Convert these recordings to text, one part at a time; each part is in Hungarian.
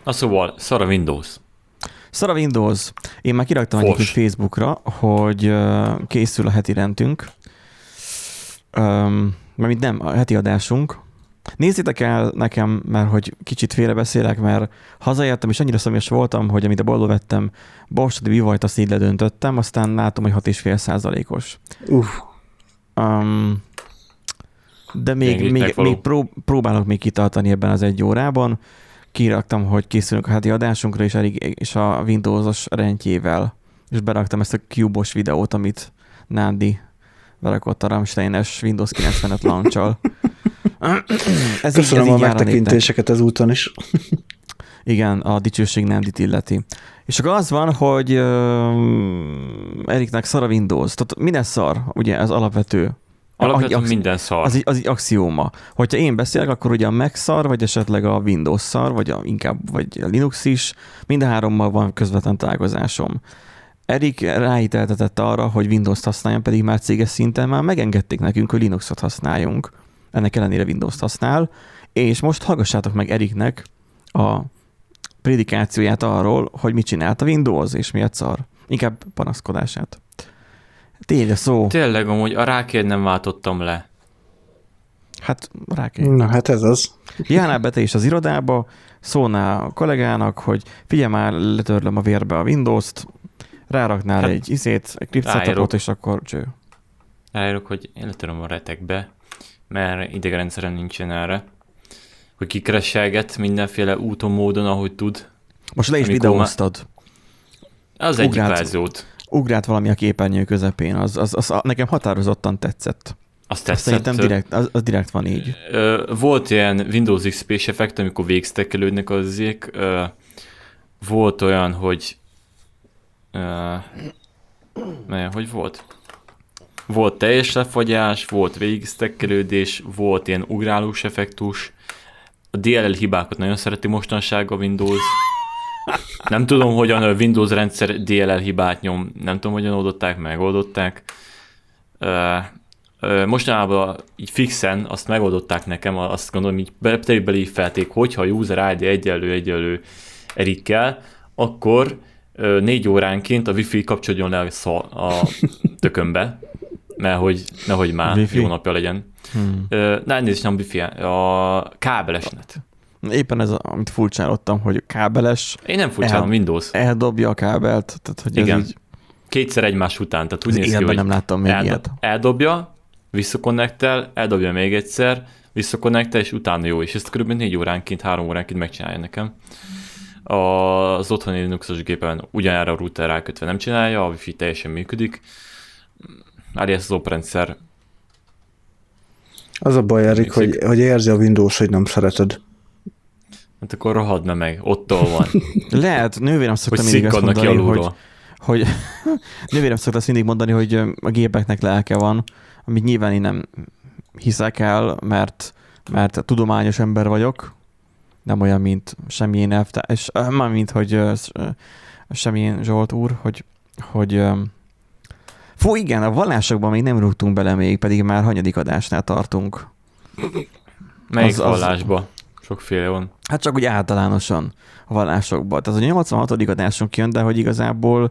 Na szóval, szar a Windows. Szar a Windows. Én már kiraktam egyébként Facebookra, hogy készül a heti rendünk. Mármint nem, a heti adásunk. Nézzétek el nekem, mert hogy kicsit félrebeszélek, mert hazaértem, és annyira szomjas voltam, hogy amit a boltból vettem, borstadi bivajt, azt így ledöntöttem, aztán látom, hogy 6,5%-os. De még próbálok még kitartani ebben az egy órában. Kiraktam, hogy készülünk a heti adásunkra, és a Windows-os rendjével. És beraktam ezt a Cube-os videót, amit Nándi berakott a Rammstein-es Windows 95 launch-al. Köszönöm a megtekintéseket ezúton is. Igen, a dicsőség Nándit illeti. És akkor az van, hogy Eriknek szar a Windows. Tehát minden szar, ugye ez alapvető. Alapvetően minden szar. Az egy axióma. Hogyha én beszélek, akkor ugye a Mac szar, vagy esetleg a Windows szar, vagy vagy a Linux is. Mind a hárommal van közvetlen találkozásom. Erik ráhiteltetett arra, hogy Windows-t használjon, pedig már céges szinten már megengedték nekünk, hogy Linuxot használjunk. Ennek ellenére Windows-t használ. És most hallgassátok meg Eriknek a prédikációját arról, hogy mit csinált a Windows, és miért szar. Inkább panaszkodását. Tényleg szó. Tényleg, amúgy a rákért nem váltottam le. Hát rákért. Na, hát ez az. Járnál be te is az irodába, szólnál a kollégának, hogy figyelj már, letörlöm a vérbe a Windows-t, ráraknál egy clip setupot, és akkor cső. Ráírok, hogy én letöröm a retekbe, mert idegrendszerem nincsen erre. Hogy kikeresselget mindenféle úton, módon, ahogy tud. Most le is videóztad. Az egyik verziót. Ugrált valami a képernyő közepén, az nekem határozottan tetszett. Azt tetszett. Szerintem direkt van így. Volt ilyen Windows XP-s effekt, amikor végigsztekkelődnek az izék. Volt olyan, hogy hogy volt? Volt teljes lefagyás, volt végigsztekkelődés, volt ilyen ugrálós effektus. A DLL hibákat nagyon szereti mostanság a Windows. Nem tudom, hogyan a Windows rendszer DLL hibát nyom, nem tudom, hogyan oldották, megoldották. Mostanában így fixen azt megoldották nekem, azt gondolom, így belépfelték, hogyha a user ID egyenlő Erikkel, akkor 4 óránként a Wi-Fi kapcsoljon le a tökönbe, mert hogy nehogy már Wi-Fi? Jó napja legyen. Nem Wi-Fi, a kábeles net. Éppen ez, amit furcsálottam, hogy kábeles. Én nem furcsálom, Windows. Eldobja a kábelt. Tehát, hogy igen. Ez így... Kétszer egymás után. Tehát úgy néz ki, hogy nem láttam még ilyet. Eldobja, visszakonnektel, eldobja még egyszer, visszakonnektel, és utána jó. És ezt kb. 4 óránként, 3 óránként megcsinálja nekem. Az otthoni Linuxos gépen ugyanerre a router rákötve nem csinálja, a Wi-Fi teljesen működik. Alias az oprendszer. Az a baj, Erik, hogy érzi a Windows, hogy nem szereted. Hát akkor rohadna meg, ottól van. Lehet, nővérem szoktam mindig azt mondani, hogy nővérem szokta azt mindig mondani, hogy a gépeknek lelke van, amit nyilván én nem hiszek el, mert tudományos ember vagyok, nem olyan, mint semmilyen elvtárs, mint hogy semmilyen Zsolt úr, hogy fú, igen, a vallásokban még nem rúgtunk bele még, pedig már hanyadik adásnál tartunk. Melyik vallásba? Sokféle van. Hát csak úgy általánosan a vallásokban. Tehát a 86. adásunk jön, de hogy igazából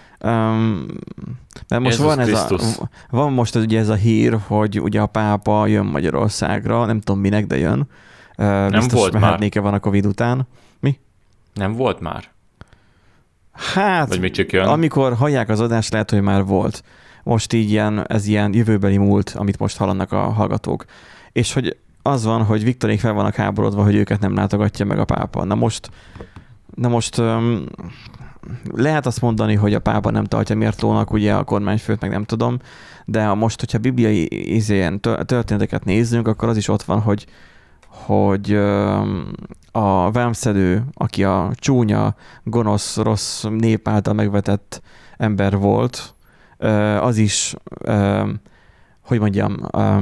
mert most van most ugye ez a hír, hogy ugye a pápa jön Magyarországra, nem tudom minek, de jön. Nem volt mehetnéke van a Covid után. Mi? Nem volt már? Hát, vagy még csak jön? Amikor hallják az adást, lehet, hogy már volt. Most így ez ilyen jövőbeli múlt, amit most hallanak a hallgatók. És hogy az van, hogy Viktorék fel vannak háborodva, hogy őket nem látogatja meg a pápa. Na most lehet azt mondani, hogy a pápa nem tartja méltónak ugye a kormányfőt, meg nem tudom, de most, hogyha bibliai történeteket nézzünk, akkor az is ott van, hogy a vámszedő, aki a csúnya, gonosz, rossz nép által megvetett ember volt, az is, hogy mondjam,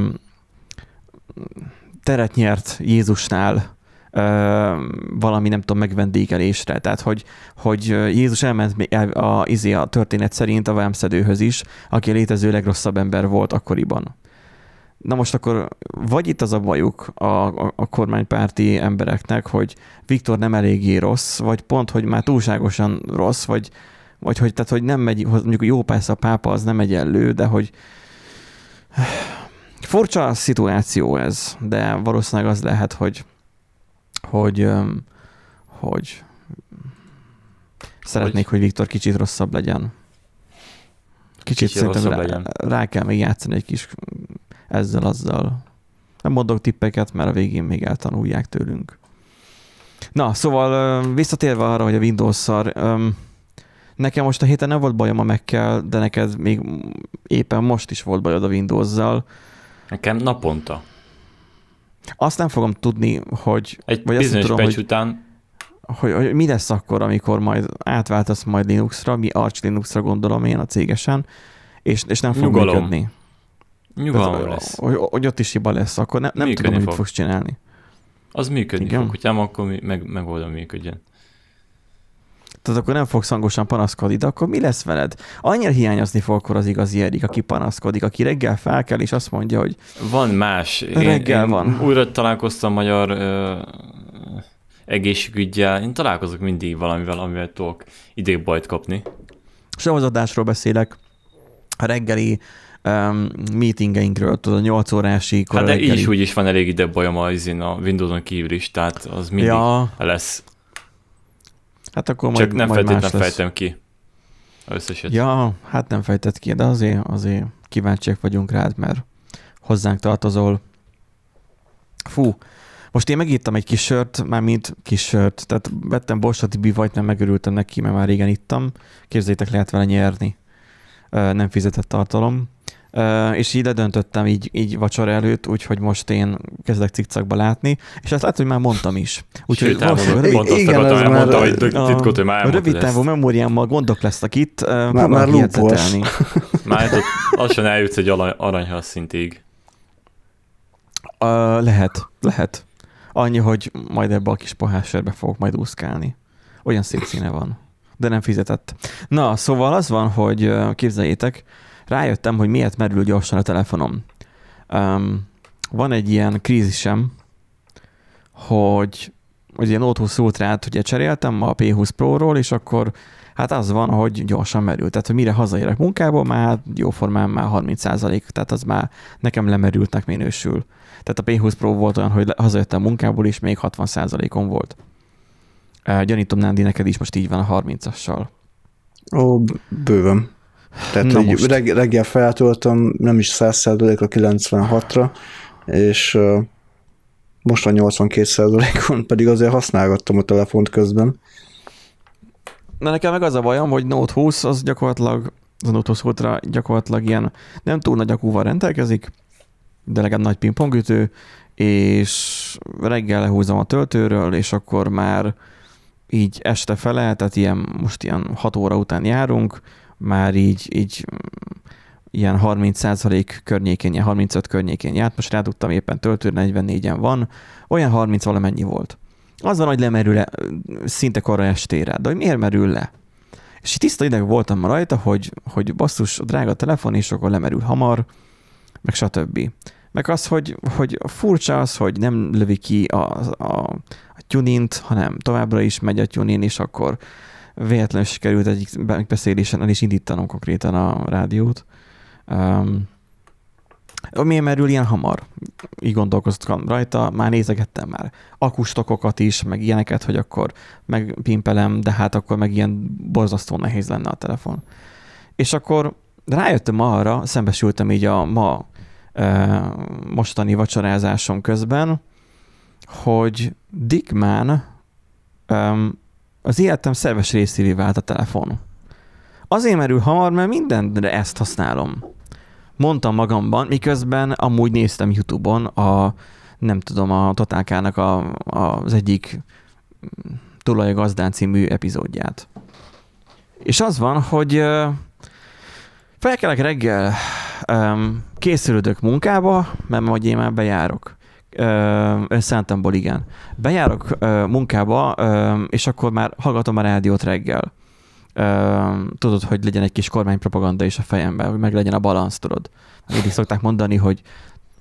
teret nyert Jézusnál valami, nem tudom, megvendégelésre. Tehát, hogy Jézus elment a történet szerint a vámszedőhöz is, aki a létező legrosszabb ember volt akkoriban. Na most akkor vagy itt az a bajuk a kormánypárti embereknek, hogy Viktor nem eléggé rossz, vagy pont, hogy már túlságosan rossz, vagy hogy, tehát, hogy nem megy, mondjuk jó persze a pápa az nem egyenlő, de hogy furcsa szituáció ez, de valószínűleg az lehet, hogy szeretnék, hogy Viktor kicsit rosszabb legyen. Kicsit szerintem rá kell még játszani egy kis ezzel-azzal. Nem mondok tippeket, mert a végén még eltanulják tőlünk. Na, szóval visszatérve arra, hogy a Windows szar, nekem most a héten nem volt bajom a Mac-kel, de neked még éppen most is volt bajod a Windows-zal. Nekem naponta. Azt nem fogom tudni, hogy... Egy bizonyos patch után... Hogy mi lesz akkor, amikor majd átváltasz majd Linuxra, mi Arch Linuxra gondolom én a cégesen, és nem fog működni. Nyugalom lesz. Hogy ott is hiba lesz, akkor nem tudom, hogy mit fogsz csinálni. Az működni fog, hogyha akkor megoldom, működjön. Tehát akkor nem fogsz hangosan panaszkodni, de akkor mi lesz veled? Annyira hiányozni fog akkor az igazi Erik, aki panaszkodik, aki reggel fel kell, és azt mondja, hogy... Van más. Reggel van. Újra találkoztam magyar egészségüggyel. Én találkozok mindig valamivel, amivel tudok idegbajt kapni. Savazadásról beszélek. A reggeli meetingeinkről, tudod, a 8 órásig. Hát de így is úgy is van elég idegbajom a Windows-on kívül is, tehát az mindig lesz. Hát akkor csak nem feltétlenül fejtem ki összeset. Ja, hát nem fejtett ki, de azért kíváncsiak vagyunk rád, mert hozzánk tartozol. Fú, most én megittam egy kis sört, mármint kis sört, tehát vettem Borsati bivajt, nem megörültem neki, mert már régen ittam. Képzeljétek, lehet vele nyerni. Nem fizetett tartalom. És így ledöntöttem így vacsora előtt, úgyhogy most én kezdek cikcakba látni, és azt lehet, hogy már mondtam is. Úgyhogy mondta, hogy titkot, hogy már rövid távú memóriámmal gondok lesznek itt, már lúpos. Már lassan eljutsz egy aranyhal szintig. Lehet. Annyi, hogy majd ebbe a kis pohásserbe fogok majd úszkálni. Olyan szép színe van. De nem fizetett. Na, szóval az van, hogy képzeljétek, rájöttem, hogy miért merül gyorsan a telefonom. Van egy ilyen krízisem, hogy ilyen Note 20 Ultrát ugye cseréltem a P20 Pro-ról, és akkor hát az van, hogy gyorsan merül. Tehát, hogy mire hazaérek munkából, már jóformán már 30%, tehát az már nekem lemerültnek minősül. Tehát a P20 Pro volt olyan, hogy hazajöttem munkából, és még 60%-on volt. Gyanítom, Nándi, neked is most így van a 30-assal. Ó, bőven. Tehát reggel feltöltöm, nem is 100%-ra, 96-ra, és most a 82%-on, pedig azért használgattam a telefont közben. Na nekem meg az a bajom, hogy Note 20 az gyakorlatilag, az a Note 20 Ultra gyakorlatilag ilyen nem túl nagy akúval rendelkezik, de legalább nagy pingpongütő, és reggel lehúzom a töltőről, és akkor már így este fele, tehát most ilyen 6 óra után járunk, már így ilyen 30% környékén, ilyen 35 környékén járt, most rádugtam éppen töltőre, 44-en van, olyan 30 valamennyi volt. Az van, hogy lemerül szinte korra estére, de hogy miért merül le? És tiszta ideg voltam ma rajta, hogy basszus, drága telefon, és akkor lemerül hamar, meg stb. Meg az, hogy furcsa az, hogy nem lövi ki a tunint, hanem továbbra is megy a tunin, és akkor véletlenül sikerült egyik megbeszélésen el is indítanom konkrétan a rádiót. Miért merül ilyen hamar? Így gondolkoztam rajta, már nézegettem már akustokokat is, meg ilyeneket, hogy akkor megpimpelem, de hát akkor meg ilyen borzasztó nehéz lenne a telefon. És akkor rájöttem arra, szembesültem így a mostani vacsorázásom közben, hogy Dickman az életem szerves részévé vált a telefon. Azért merül hamar, mert mindenre ezt használom. Mondtam magamban, miközben amúgy néztem YouTube-on a Totálkának az egyik Tulajgazdán című epizódját. És az van, hogy felkelek reggel, készülődök munkába, mert majd én már bejárok. Összántamból igen. Bejárok munkába, és akkor már hallgatom a rádiót reggel. Tudod, hogy legyen egy kis kormánypropaganda is a fejemben, hogy meg legyen a balansz, tudod. Mindig szokták mondani, hogy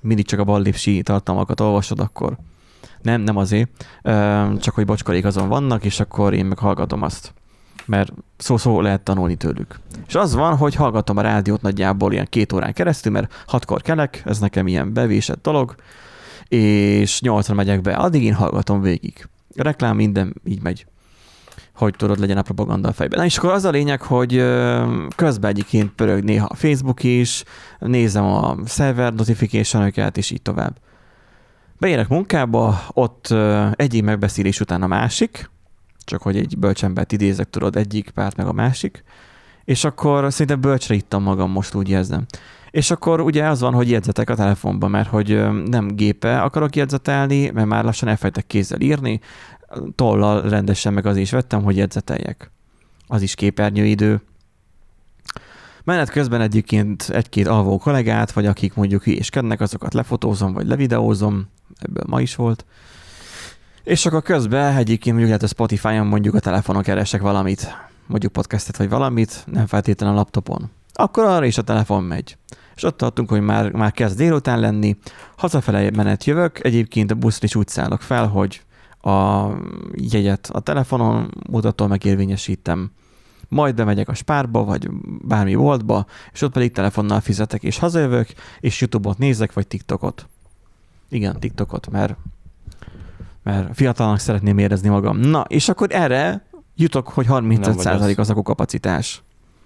mindig csak a ballépsi tartalmakat olvasod, akkor nem azért, csak hogy bocskarék azon vannak, és akkor én meg hallgatom azt. Mert szó lehet tanulni tőlük. És az van, hogy hallgatom a rádiót nagyjából ilyen 2 órán keresztül, mert 6-kor kelek, ez nekem ilyen bevésett dolog, és 8-ra megyek be, addig én hallgatom végig. A reklám minden így megy, hogy tudod, legyen a propaganda a fejben. Na és akkor az a lényeg, hogy közben egyébként pörög néha a Facebook is, nézem a server notification-öket, és így tovább. Beérek munkába, ott egyik megbeszélés után a másik, csak hogy egy bölcsembert idézek, tudod, egyik párt meg a másik, és akkor szerintem bölcsre ittam magam, most úgy érzem. És akkor ugye az van, hogy jegyzetek a telefonban, mert hogy nem gépe akarok jegyzetelni, mert már lassan elfejtek kézzel írni, tollal rendesen meg az is vettem, hogy jegyzeteljek. Az is képernyőidő. Menet közben egyébként 1-2 alvó kollégát, vagy akik mondjuk hülyéskednek, azokat lefotózom, vagy levideózom, ebből ma is volt. És akkor közben egyébként mondjuk lehet a Spotify-on mondjuk a telefonon keresek valamit, mondjuk podcastet vagy valamit, nem feltétlenül a laptopon. Akkor arra is a telefon megy. És ott tartunk, hogy már kezd délután lenni, hazafele menet jövök, egyébként a buszra is úgy szállok fel, hogy a jegyet a telefonon mutatól megérvényesítem, majd bemegyek a Spárba, vagy bármi boltba, és ott pedig telefonnal fizetek, és hazajövök, és YouTube-ot nézek, vagy TikTokot. Igen, TikTokot, mert fiatalnak szeretném érezni magam. Na, és akkor erre jutok, hogy 35% az akkukapacitás.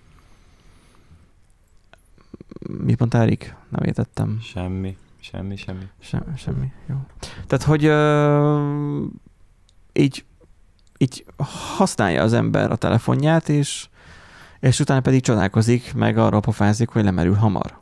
Mit mondtál, Erik? Nem értettem. Semmi. Semmi. Jó. Tehát, hogy így használja az ember a telefonját, és utána pedig csodálkozik, meg arra pofázik, hogy lemerül hamar.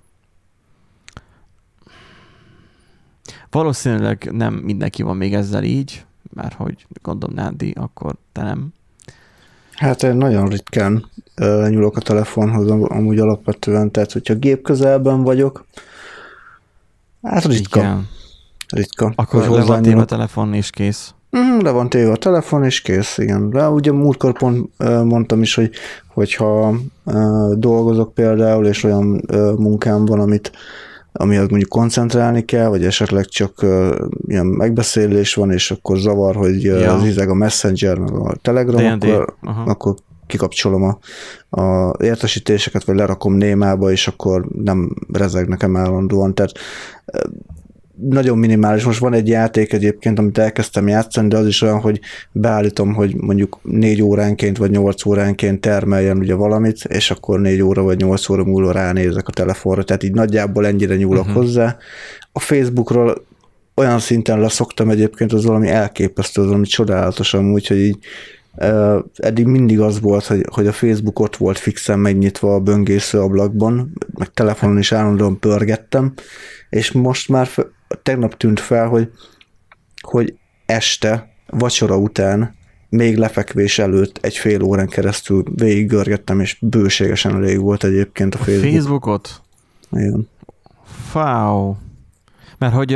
Valószínűleg nem mindenki van még ezzel így, mert hogy gondolom, Nádi, akkor te nem. Hát én nagyon ritkán nyúlok a telefonhoz amúgy alapvetően, tehát hogyha gép közelben vagyok, hát ritka. Igen. Ritka. Akkor le van téve a telefon és kész. Le van téve a telefon és kész, igen. De ugye múltkor pont mondtam is, hogyha dolgozok például, és olyan munkám van, amihez mondjuk koncentrálni kell, vagy esetleg csak ilyen megbeszélés van, és akkor zavar, hogy zizeg a Messenger, meg a Telegram, akkor kikapcsolom a értesítéseket, vagy lerakom némába, és akkor nem rezeg nekem állandóan. Tehát nagyon minimális. Most van egy játék egyébként, amit elkezdtem játszani, de az is olyan, hogy beállítom, hogy mondjuk 4 óránként vagy 8 óránként termeljen ugye valamit, és akkor 4 óra vagy 8 óra múlva ránézek a telefonra. Tehát így nagyjából ennyire nyúlok hozzá. A Facebookról olyan szinten leszoktam egyébként, az valami elképesztő, az valami csodálatos amúgy, hogy így eddig mindig az volt, hogy a Facebook ott volt fixen megnyitva a böngésző ablakban, meg telefonon is állandóan pörgettem, és most már tegnap tűnt fel, hogy este, vacsora után, még lefekvés előtt egy fél órán keresztül végiggörgettem, és bőségesen elég volt egyébként a Facebook. A Facebookot? Igen. Wow. Mert hogy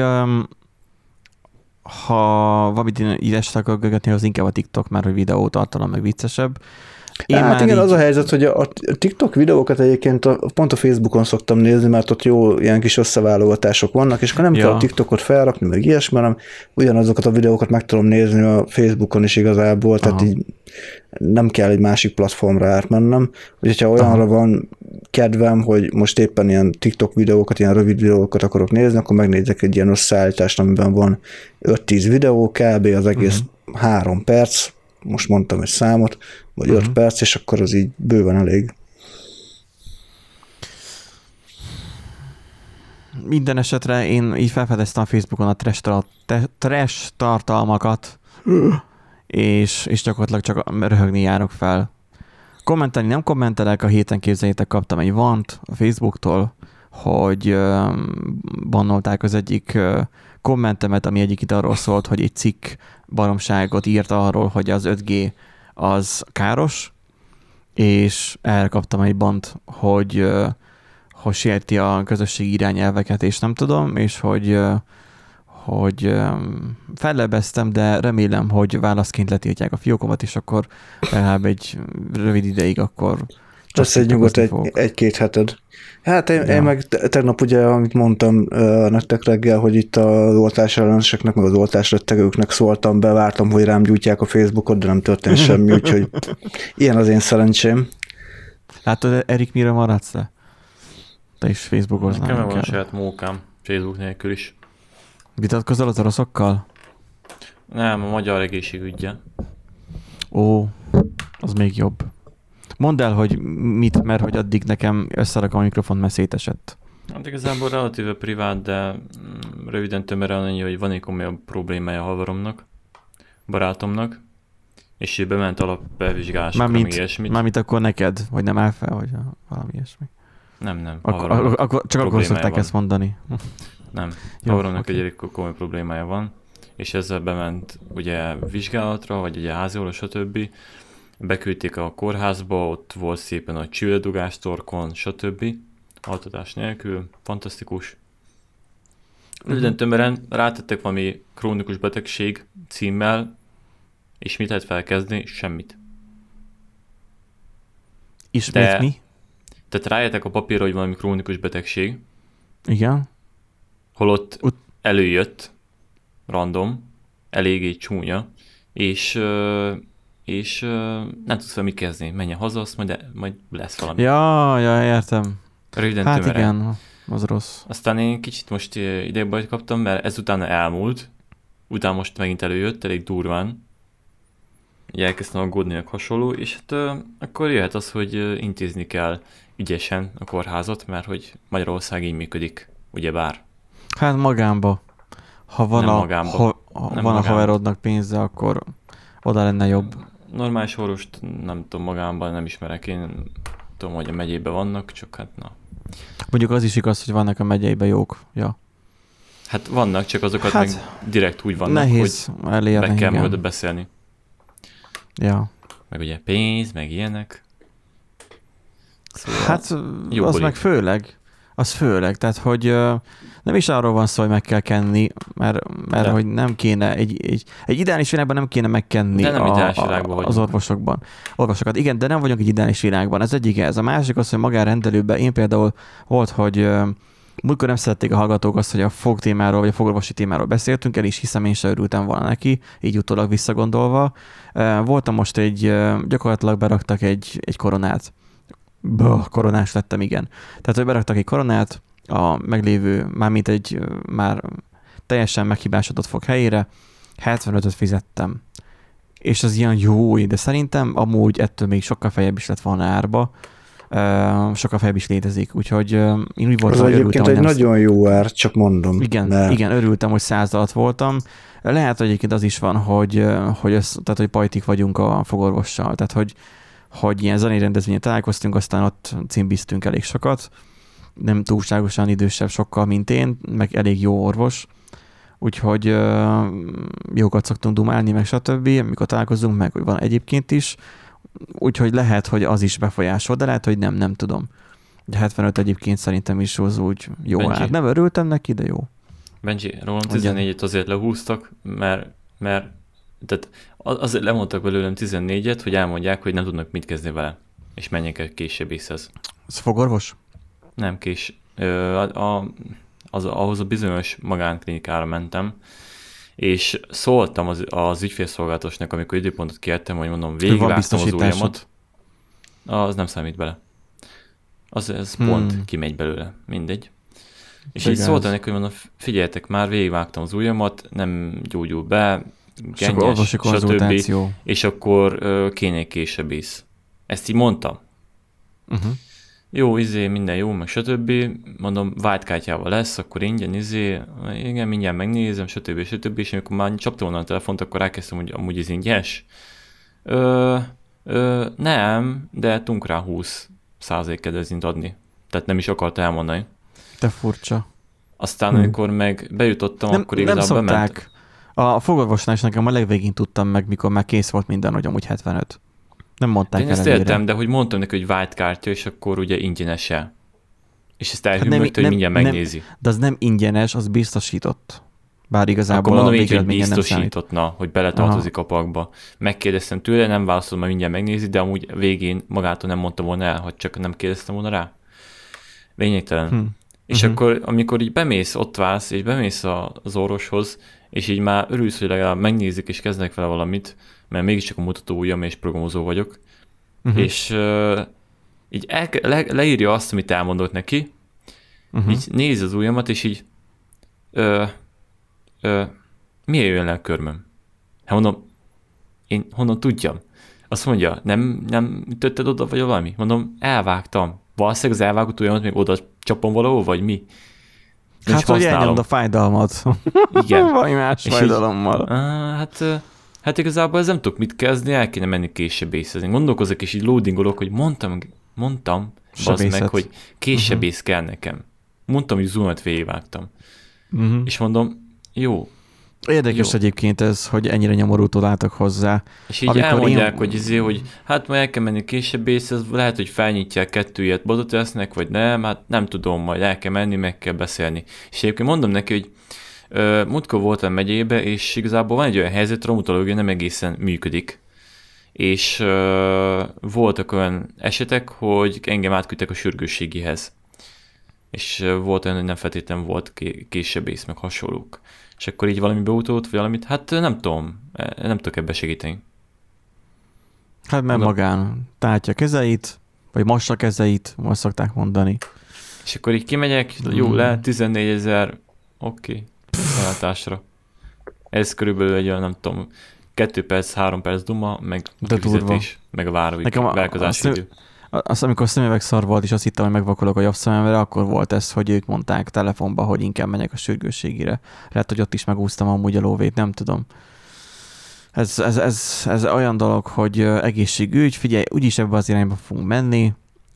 ha valamit írást akar görgetni, az inkább a TikTok, mert hogy videó tartalom meg viccesebb. Hát igen, az a helyzet, hogy a TikTok videókat egyébként pont a Facebookon szoktam nézni, mert ott jó ilyen kis összeválogatások vannak, és akkor nem kell a TikTokot felrakni, meg ilyesmi, hanem ugyanazokat a videókat meg tudom nézni a Facebookon is igazából, tehát így nem kell egy másik platformra átmennem. Úgyhogy ha olyanra van kedvem, hogy most éppen ilyen TikTok videókat, ilyen rövid videókat akarok nézni, akkor megnézek egy ilyen összeállítást, amiben van 5-10 videó, kb. Az egész 3 perc, most mondtam egy számot, vagy 5 perc, és akkor az így bőven elég. Minden esetre én így felfedeztem a Facebookon a trash tartalmakat, és gyakorlatilag csak röhögni járok fel. Kommentelni nem kommentelek, a héten képzeljétek, kaptam egy vant a Facebooktól, hogy bannolták az egyik kommentemet, ami egyik itt arról szólt, hogy egy cikk baromságot írt arról, hogy az 5G az káros, és erre kaptam egy bant, hogy sérti a közösségi irányelveket, és nem tudom, és hogy fellebeztem, de remélem, hogy válaszként letiltják a fiókomat, és akkor legalább egy rövid ideig akkor Lesz egy nyugodt egy-két heted. Hát én meg tegnap ugye, amit mondtam nektek reggel, hogy itt az oltás elleneseknek, meg az oltás rettegőknek szóltam be, vártam, hogy rám gyújtják a Facebookot, de nem történt semmi, úgyhogy ilyen az én szerencsém. Látod, Erik, mire maradsz le? Te is Facebookoznál. Nekem van a saját mókám, Facebook nélkül is. Vitatkozol az oroszokkal? Nem, a magyar egészségügygel. Ó, az még jobb. Mondd el, hogy mit, mert hogy addig nekem összerakom a mikrofont, mert szétesett. Hát igazából relatíve privát, de röviden tömören annyi, hogy van egy komolyabb problémája a haveromnak, barátomnak, és ő bement alapbevizsgálásokra, meg ilyesmit. Mármint akkor neked, vagy nem áll fel, vagy valami ilyesmi. Nem. Csak akkor szokták ezt mondani. Nem. Haveromnak egy elég komoly problémája van, és ezzel bement ugye vizsgálatra, vagy ugye háziorvos, stb. Beküldték a kórházba, ott volt szépen a csüvedugás torkon, stb. Altatás nélkül, fantasztikus. Röviden tömören rátettek valami krónikus betegség címmel, és mit lehet felkezdeni? Semmit. Ismét mi? Tehát rájöttek a papírra, hogy valami krónikus betegség. Igen. Holott előjött, random, eléggé csúnya, és nem tudsz mit kezdeni. Menj haza, azt majd lesz valami. Ja, értem. Röviden hát tömören. Igen, az rossz. Aztán én kicsit most idejébajt kaptam, mert ezután elmúlt, utána most megint előjött, elég durván. Így elkezdtem aggódni, hasonló, és hát akkor jöhet az, hogy intézni kell ügyesen a kórházat, mert hogy Magyarország így működik, ugyebár. Hát magánba. Ha van, nem a haverodnak pénze, akkor oda lenne jobb. Normális orvost nem tudom, magánban nem ismerek, én tudom, hogy a megyében vannak, csak hát na. Mondjuk az is igaz, hogy vannak a megyeiben jók. Ja. Hát vannak, csak azokat meg direkt úgy vannak, nehéz hogy elérni, be kell igen. majd beszélni. Ja. Meg ugye pénz, meg ilyenek. Szóval hát az meg főleg. Az főleg, tehát hogy nem is arról van szó, hogy meg kell kenni, mert hogy nem kéne, egy ideális világban nem kéne megkenni az orvosokat. Igen, de nem vagyunk egy ideális világban, ez egyik ez. A másik az, hogy magánrendelőben én például volt, hogy múltkor nem szerették a hallgatók azt, hogy a fog témáról, vagy a fogorvosi témáról beszéltünk, el is hiszem, én sem örültem volna neki, így utólag visszagondolva. Voltam most gyakorlatilag beraktak egy koronát. Koronás lettem, igen. Tehát, hogy beraktak egy koronát a meglévő, mármint egy már teljesen meghibásodott fog helyére, 75-öt fizettem. És az ilyen jó, de szerintem amúgy ettől még sokkal feljebb is lett volna árba, sokkal feljebb is létezik, úgyhogy én úgy voltam, hogy örültem, hogy egy nagyon jó ár, csak mondom. Igen, örültem, hogy 100 alatt voltam. Lehet, hogy egyébként az is van, hogy pajtik vagyunk a fogorvossal, tehát hogy ilyen zenei rendezvényen találkoztunk, aztán ott cimbiztünk elég sokat, nem túlságosan idősebb sokkal, mint én, meg elég jó orvos, úgyhogy jókat szoktunk dumálni, meg stb., amikor találkozunk, meg hogy van egyébként is, úgyhogy lehet, hogy az is befolyásol, de lehet, hogy nem tudom. De 75 egyébként szerintem is az úgy jó Benji. ár. Nem örültem neki, de jó. Benji, rólam 14-et azért lehúztak, mert tehát azért lemondtak belőlem 14-et, hogy elmondják, hogy nem tudnak mit kezdeni vele, és menjek el később észhez. Ez fogorvos? Nem ahhoz a bizonyos magánklinikára mentem, és szóltam az ügyfélszolgálatosnak, amikor időpontot kértem, hogy mondom, végigvágtam az ujjamat. Az nem számít bele. Ez pont kimegy belőle, mindegy. És így szóltam neki, hogy mondom, figyeljetek már, végigvágtam az ujjamat, nem gyógyul be, gennyes, stb. És akkor kéne később is. Ezt így mondtam. Uh-huh. Jó, minden jó, meg stb. Mondom, vágykártyával lesz, akkor ingyen, igen, mindjárt megnézem, stb. És amikor már csaptam volna a telefont, akkor rákezdtem, hogy amúgy ez ingyenes. Nem, de tudunk rá 20% kedvezményt adni. Tehát nem is akarta elmondani. Te furcsa. Aztán, amikor meg bejutottam, akkor igazából bement. A fogorvosnál is nekem a legvégén tudtam meg, mikor már kész volt minden, hogy amúgy 75. Nem mondták el. Én ezt értem, de hogy mondtam neki, hogy white kártya, és akkor ugye ingyenes-e. És ezt elhűmögte, hogy mindjárt megnézi. De az nem ingyenes, az biztosított. Bár igazából akkor mondom így, hogy végeredményen nem biztosítottna, hogy beletartozik a pakba. Megkérdeztem tőle, nem válaszolom, mert mindjárt megnézi, de amúgy végén magától nem mondta volna el, hogy csak nem kérdeztem volna rá. Lényegtelen. És akkor, amikor így bemész, ott válsz, és bemész az orvoshoz, és így már örülsz, hogy legalább megnézik, és kezdnek vele valamit, mert mégiscsak a mutató ujjam, és programozó vagyok, és így leírja azt, amit elmondott neki, így nézi az ujjamat, és így miért jön le a körmöm? Hát mondom, én honnan tudjam? Azt mondja, nem ütötted oda, vagy valami? Mondom, elvágtam. Valószínűleg az elvágott ujjamat még oda csapom valahol, vagy mi? Hát, hogy elnyomd a fájdalmat. Igen. Valami más és fájdalommal. Hát igazából ez nem tudok mit kezdeni, el kéne menni késsebészezni. Gondolkozok, és így loadingolok, hogy mondtam bazd meg, hogy késsebész kell nekem. Mondtam, hogy zoomet végigvágtam. És mondom, jó. Érdekes egyébként ez, hogy ennyire nyomorútól álltak hozzá. És így elmondják, hogy hát majd el kell menni késsebészhez, lehet, hogy felnyitják 2 ilyet, botot esznek, vagy nem, hát nem tudom, majd el kell menni, meg kell beszélni. És egyébként mondom neki, hogy múltkor voltam megyébe, és igazából van egy olyan helyzet, a traumatológia nem egészen működik. És voltak olyan esetek, hogy engem átküldtek a sürgősségihez. És volt olyan, hogy nem feltétlenül volt késsebész, meg hasonlók. És akkor így valami beutót, vagy valamit, hát nem tudom, nem tudok ebbe segíteni. Hát mert magán tártja kezeit, vagy mossa kezeit, most szokták mondani. És akkor így kimegyek, jó, le 14 000, oké, ellátásra. Ez körülbelül egy olyan, nem tudom, 2 perc, 3 perc duma, meg a fizetés, meg a várakozási idő. Azt, amikor szemüvegszar volt, és azt hittem, hogy megvakolok a jobb szememre, akkor volt ez, hogy ők mondták telefonba, hogy inkább menjek a sürgősségire. Lehet, hogy ott is megúsztam amúgy a lóvét, nem tudom. Ez olyan dolog, hogy egészségügy, figyelj, úgyis ebbe az irányba fogunk menni.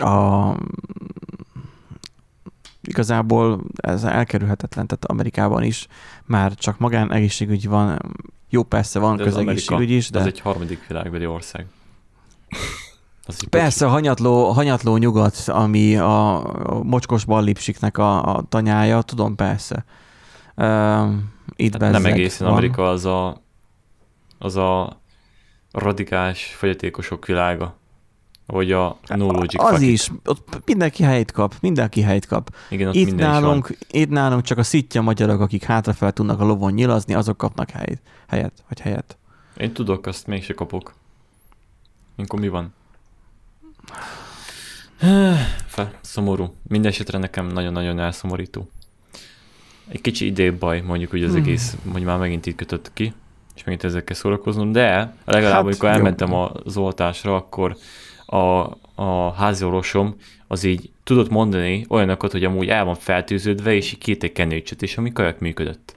Igazából ez elkerülhetetlen, tehát Amerikában is már csak magánegészségügy van. Jó, persze van közegészségügy is, de... Ez egy harmadik világbeli ország. Persze, hanyatló nyugat, ami a mocskos ballipsiknek a tanyája, tudom, persze. Itt hát nem egészen van. Amerika az a radikális fogyatékosok világa, vagy a no logic. Az is, ott mindenki helyet kap. Igen, ott itt nálunk csak a szitja magyarok, akik hátrafel tudnak a lovon nyilazni, azok kapnak helyet. Én tudok, azt mégse kapok. Mikor mi van? Szomorú. Mindenesetre nekem nagyon-nagyon elszomorító. Egy kicsi idejbaj, mondjuk úgy az egész, hogy már megint itt kötött ki, és megint ezzel kell szórakoznom, de legalább, amikor elmentem az oltásra, akkor a háziorvosom az így tudott mondani olyanokat, hogy amúgy el van feltűződve, és így két egy kenőcsöt, és ami kajak működött.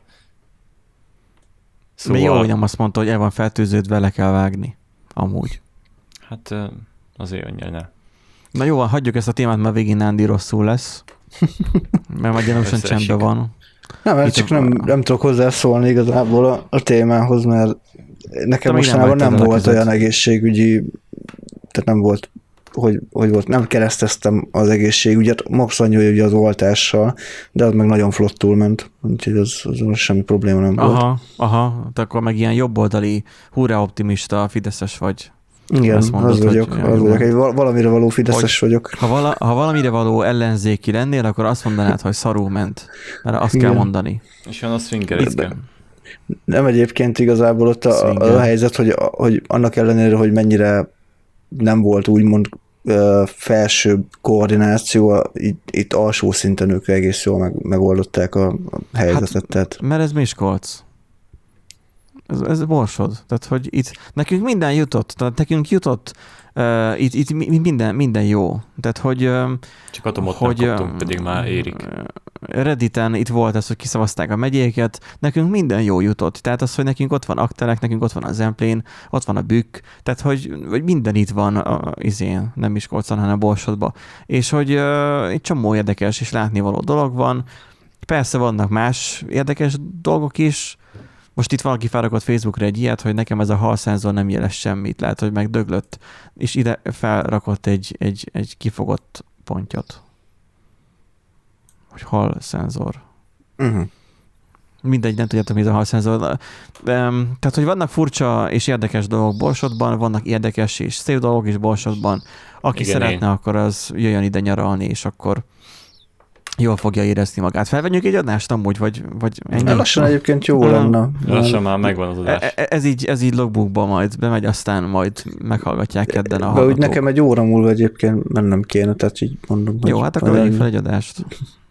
Szóval... Még jó, hogy nem azt mondta, hogy el van feltűződve, le kell vágni. Amúgy. Hát azért annyira ne. Na jó, hagyjuk ezt a témát, mert végén Nándi rosszul lesz. Mert már gyanúsan csendben van. Nem, csak nem tudok hozzászólni igazából a témához, mert nekem mostanában nem volt olyan egészségügyi, tehát nem volt, hogy volt, nem kereszteztem az egészségügyet, max annyi, hogy az oltással, de az meg nagyon flottul ment, úgyhogy az semmi probléma nem volt. Aha, de akkor meg ilyen jobboldali, hurrá optimista, fideszes vagy. Igen, mondod, az vagyok. Egy valamire való fideszes vagyok. Ha valamire való ellenzéki lennél, akkor azt mondanád, hogy szarul ment. Mert azt kell mondani. És van a swingerizke. Nem, egyébként igazából ott a helyzet, hogy annak ellenére, hogy mennyire nem volt úgymond felsőbb koordináció, itt alsó szinten ők egész jól megoldották a helyzetet. Tehát. Mert ez Miskolc. Ez Borsod. Tehát, hogy itt nekünk minden jutott. Tehát nekünk jutott itt minden jó. Tehát, hogy... Csak atomot nem kaptunk, pedig már érik. Redditen itt volt ez, hogy kiszavazták a megyéket. Nekünk minden jó jutott. Tehát az, hogy nekünk ott van Aktelek, nekünk ott van a Zemplén, ott van a Bükk. Tehát, hogy minden itt van nem Miskolcon, hanem Borsodban. És hogy egy csomó érdekes és látnivaló dolog van. Persze vannak más érdekes dolgok is. Most itt valaki felrakott Facebookra egy ilyet, hogy nekem ez a halszenzor nem jelez semmit. Lehet, hogy megdöglött, és ide felrakott egy kifogott pontyot. Hogy halszenzor. mindegy, nem tudjátok, mi ez a halszenzor. Tehát, hogy vannak furcsa és érdekes dolgok Borsodban, vannak érdekes és szép dolgok is Borsodban. Aki Igen, szeretne, akkor az jöjjön ide nyaralni, és akkor jól fogja érezni magát. Felvenjük egy adást amúgy, vagy ennyi? Lassan egyébként jó lenne. Lassan már megvan az adás. Ez így logbookba majd bemegy, aztán majd meghallgatják kedden a De úgy hallgatók. nekem egy óra múlva egyébként mennem kéne, tehát így mondom. Jó, hát akkor vegyünk fel egy adást.